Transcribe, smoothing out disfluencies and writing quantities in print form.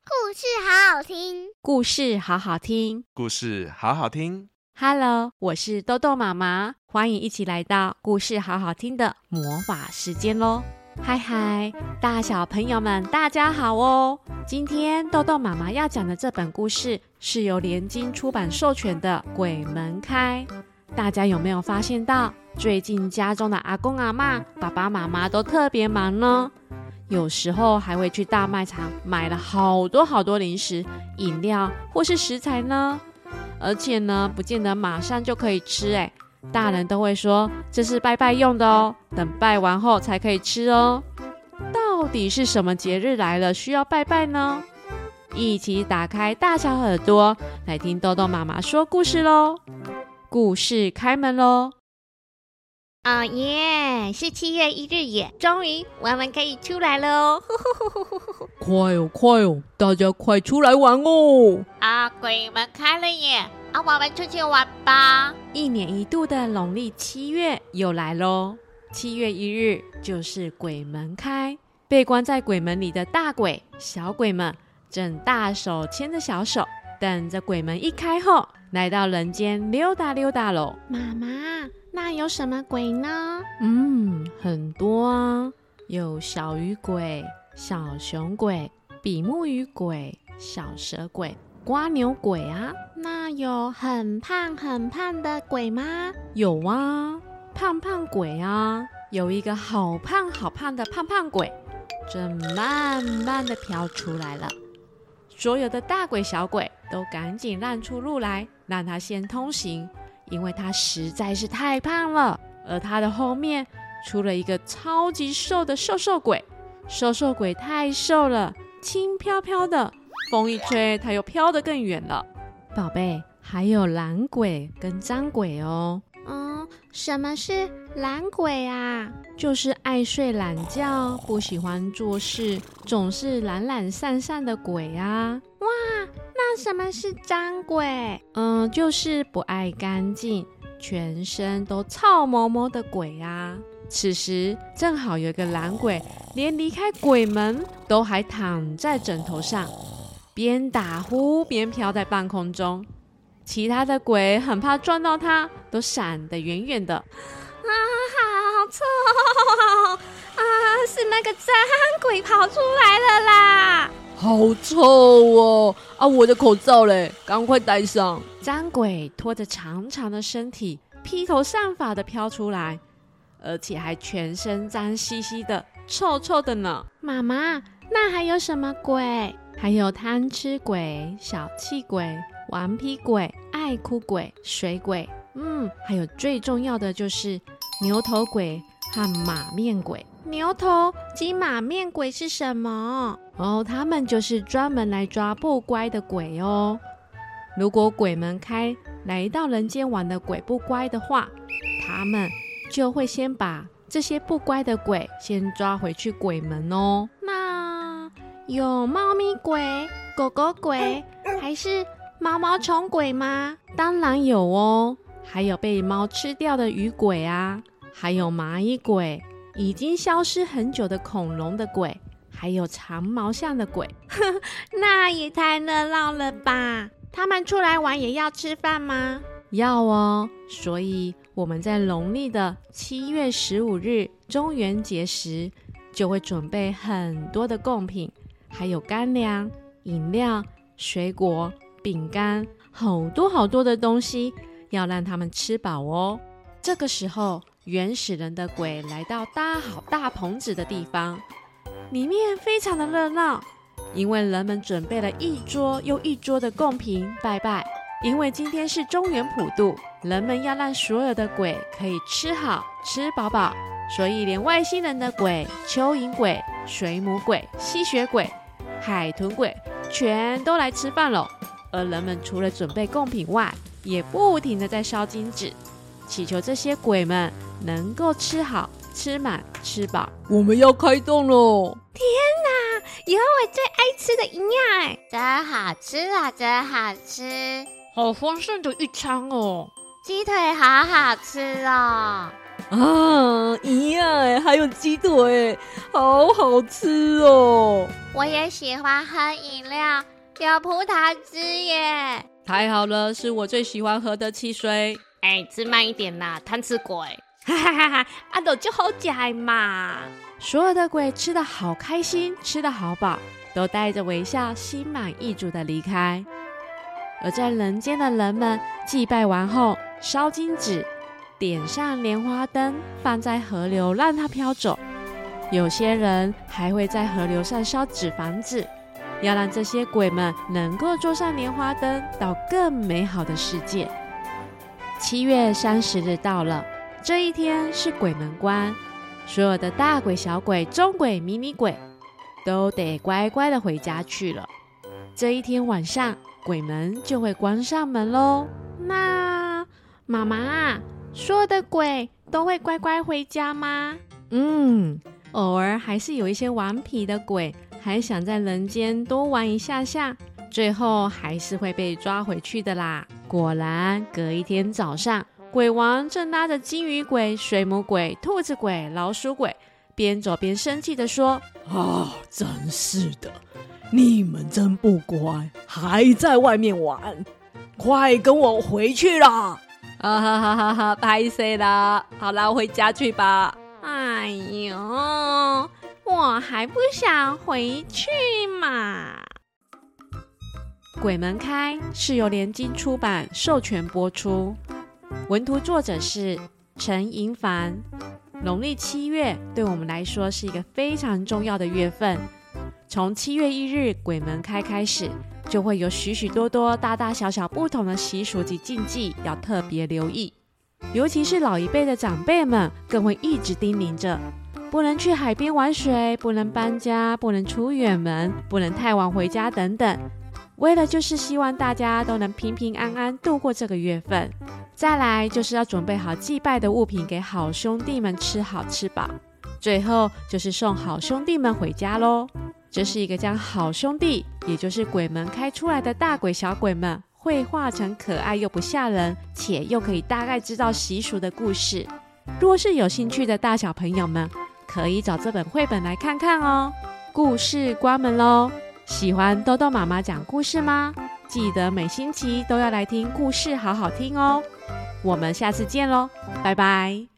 故事好好听， 故事好好听， 故事好好听。 Hello， 我是豆豆妈妈，欢迎一起来到故事好好听的魔法时间咯。嗨嗨，大小朋友们大家好哦！今天豆豆妈妈要讲的这本故事是由联经出版授权的《鬼门开》。大家有没有发现到最近家中的阿公阿嬷、爸爸妈妈都特别忙呢？有时候还会去大卖场买了好多零食、饮料或是食材呢。而且呢，不见得马上就可以吃耶。大人都会说这是拜拜用的哦，等拜完后才可以吃哦。到底是什么节日来了需要拜拜呢？一起打开大小耳朵来听豆豆妈妈说故事咯。故事开门咯。 哦耶，是7月1日耶，终于我们可以出来了哦。 快哦，大家快出来玩哦。 鬼门开了耶，我们出去玩吧。 一年一度的农历7月又来咯。7月1日就是鬼门开，被关在鬼门里的大鬼小鬼们正大手牵着小手，等着鬼门一开后来到人间溜达溜达咯。 妈妈，那有什么鬼呢？ 很多啊，有小鱼鬼、小熊鬼、比目鱼鬼、小蛇鬼、蝸牛鬼啊。 那有很胖的鬼吗？ 有啊，胖鬼啊，有一个好胖的胖鬼，正慢慢的飘出来了。所有的大鬼小鬼都赶紧让出路来，让他先通行，因为他实在是太胖了。而他的后面出了一个超级瘦的瘦鬼，瘦鬼太瘦了，轻飘飘的，风一吹他又飘得更远了。宝贝，还有懒鬼跟脏鬼哦。 什么是懒鬼啊？ 就是爱睡懒觉，不喜欢做事，总是懒散的鬼啊。 哇，那什么是脏鬼？ 就是不爱干净，全身都臭毛毛的鬼啊。此时正好有一个懒鬼，连离开鬼门都还躺在枕头上，边打呼边飘在半空中。其他的鬼很怕撞到他，都闪得远远的。 好臭是那个脏鬼跑出来了啦！ 好臭哦！我的口罩嘞，赶快戴上。脏鬼拖着长长的身体，披头散发的飘出来，而且还全身脏兮兮的，臭臭的呢。 妈妈，那还有什么鬼？ 还有贪吃鬼、小气鬼、顽皮鬼、爱哭鬼、水鬼，还有最重要的就是牛头鬼和马面鬼。 牛头及马面鬼是什么？ 他们就是专门来抓不乖的鬼哦。如果鬼门开，来到人间玩的鬼不乖的话，他们就会先把这些不乖的鬼先抓回去鬼门哦。 那有猫咪鬼、狗狗鬼，还是毛虫鬼吗？ 当然有哦，还有被猫吃掉的鱼鬼啊，还有蚂蚁鬼，已经消失很久的恐龙的鬼，还有长毛象的鬼。 那也太热闹了吧！他们出来玩也要吃饭吗？ 要哦，所以我们在农历的7月15日中元节时，就会准备很多的贡品，还有干粮、饮料、水果、饼干，好多的东西，要让他们吃饱哦。这个时候，原始人的鬼来到搭好大棚子的地方，里面非常的热闹，因为人们准备了一桌又一桌的贡品拜拜。因为今天是中元普渡，人们要让所有的鬼可以吃好吃饱饱，所以连外星人的鬼、蚯蚓鬼、水母鬼、吸血鬼、海豚鬼全都来吃饭了。而人们除了准备贡品外，也不停地在烧金纸，祈求这些鬼们能够吃好吃满吃饱。我们要开动咯！ 天哪，有我最爱吃的营养哎， 真好吃啊，真好吃， 好丰盛的一餐哦。 鸡腿好好吃哦。 啊，一样哎，还有鸡腿，好好吃哦！ 我也喜欢喝饮料，有葡萄汁耶！ 太好了，是我最喜欢喝的汽水。 吃慢一点啦，贪吃鬼！哈哈哈哈，阿斗就好吃嘛！所有的鬼吃得好开心，吃得好饱，都带着微笑，心满意足地离开。而在人间的人们祭拜完后，烧金纸，点上莲花灯，放在河流让它飘走。有些人还会在河流上烧纸房子，要让这些鬼们能够坐上莲花灯到更美好的世界。7月30日到了，这一天是鬼门关，所有的大鬼、小鬼、中鬼、迷你鬼都得乖乖的回家去了。这一天晚上，鬼门就会关上门咯。 那妈妈，所有的鬼都会乖乖回家吗？ 偶尔还是有一些顽皮的鬼，还想在人间多玩一下下，最后还是会被抓回去的啦。果然，隔一天早上，鬼王正拉着金鱼鬼、水母鬼、兔子鬼、老鼠鬼，边走边生气地说： 真是的，你们真不乖，还在外面玩，快跟我回去啦！ 哈哈哈哈，拍谁啦？好啦，回家去吧。 哎呦，我还不想回去嘛！ 鬼门开是由联经出版授权播出，文图作者是陈盈凡。农历7月对我们来说是一个非常重要的月份，从7月1日鬼门开开始，就会有许许多多大大小小不同的习俗及禁忌要特别留意，尤其是老一辈的长辈们更会一直叮咛着，不能去海边玩水，不能搬家，不能出远门，不能太晚回家等等，为了就是希望大家都能平平安安度过这个月份。再来就是要准备好祭拜的物品给好兄弟们吃好吃饱，最后就是送好兄弟们回家咯。这是一个将好兄弟，也就是鬼门开出来的大鬼小鬼们绘画成可爱又不吓人，且又可以大概知道习俗的故事。若是有兴趣的大小朋友们，可以找这本绘本来看看哦。故事关门咯，喜欢豆豆妈妈讲故事吗？记得每星期都要来听故事，好好听哦。我们下次见咯，拜拜。